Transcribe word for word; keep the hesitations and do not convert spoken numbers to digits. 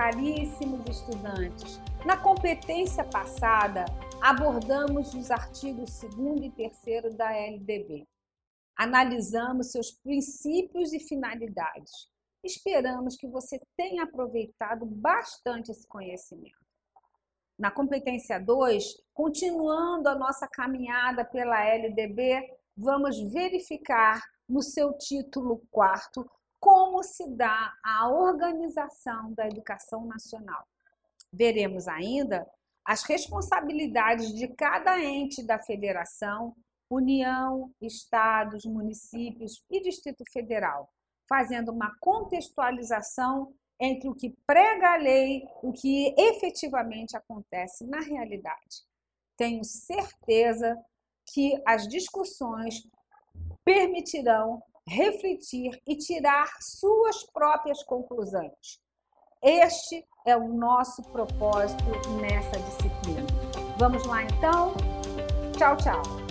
caríssimos estudantes! Na competência passada, abordamos os artigos segundo e terceiro da L D B. Analisamos seus princípios e finalidades. Esperamos que você tenha aproveitado bastante esse conhecimento. Na competência dois, continuando a nossa caminhada pela L D B, vamos verificar no seu título quarto como se dá a organização da educação nacional. Veremos ainda as responsabilidades de cada ente da federação, União, estados, municípios e Distrito Federal, fazendo uma contextualização entre o que prega a lei e o que efetivamente acontece na realidade. Tenho certeza que as discussões permitirão refletir e tirar suas próprias conclusões. Este é o nosso propósito nessa disciplina. Vamos lá então? Tchau, tchau!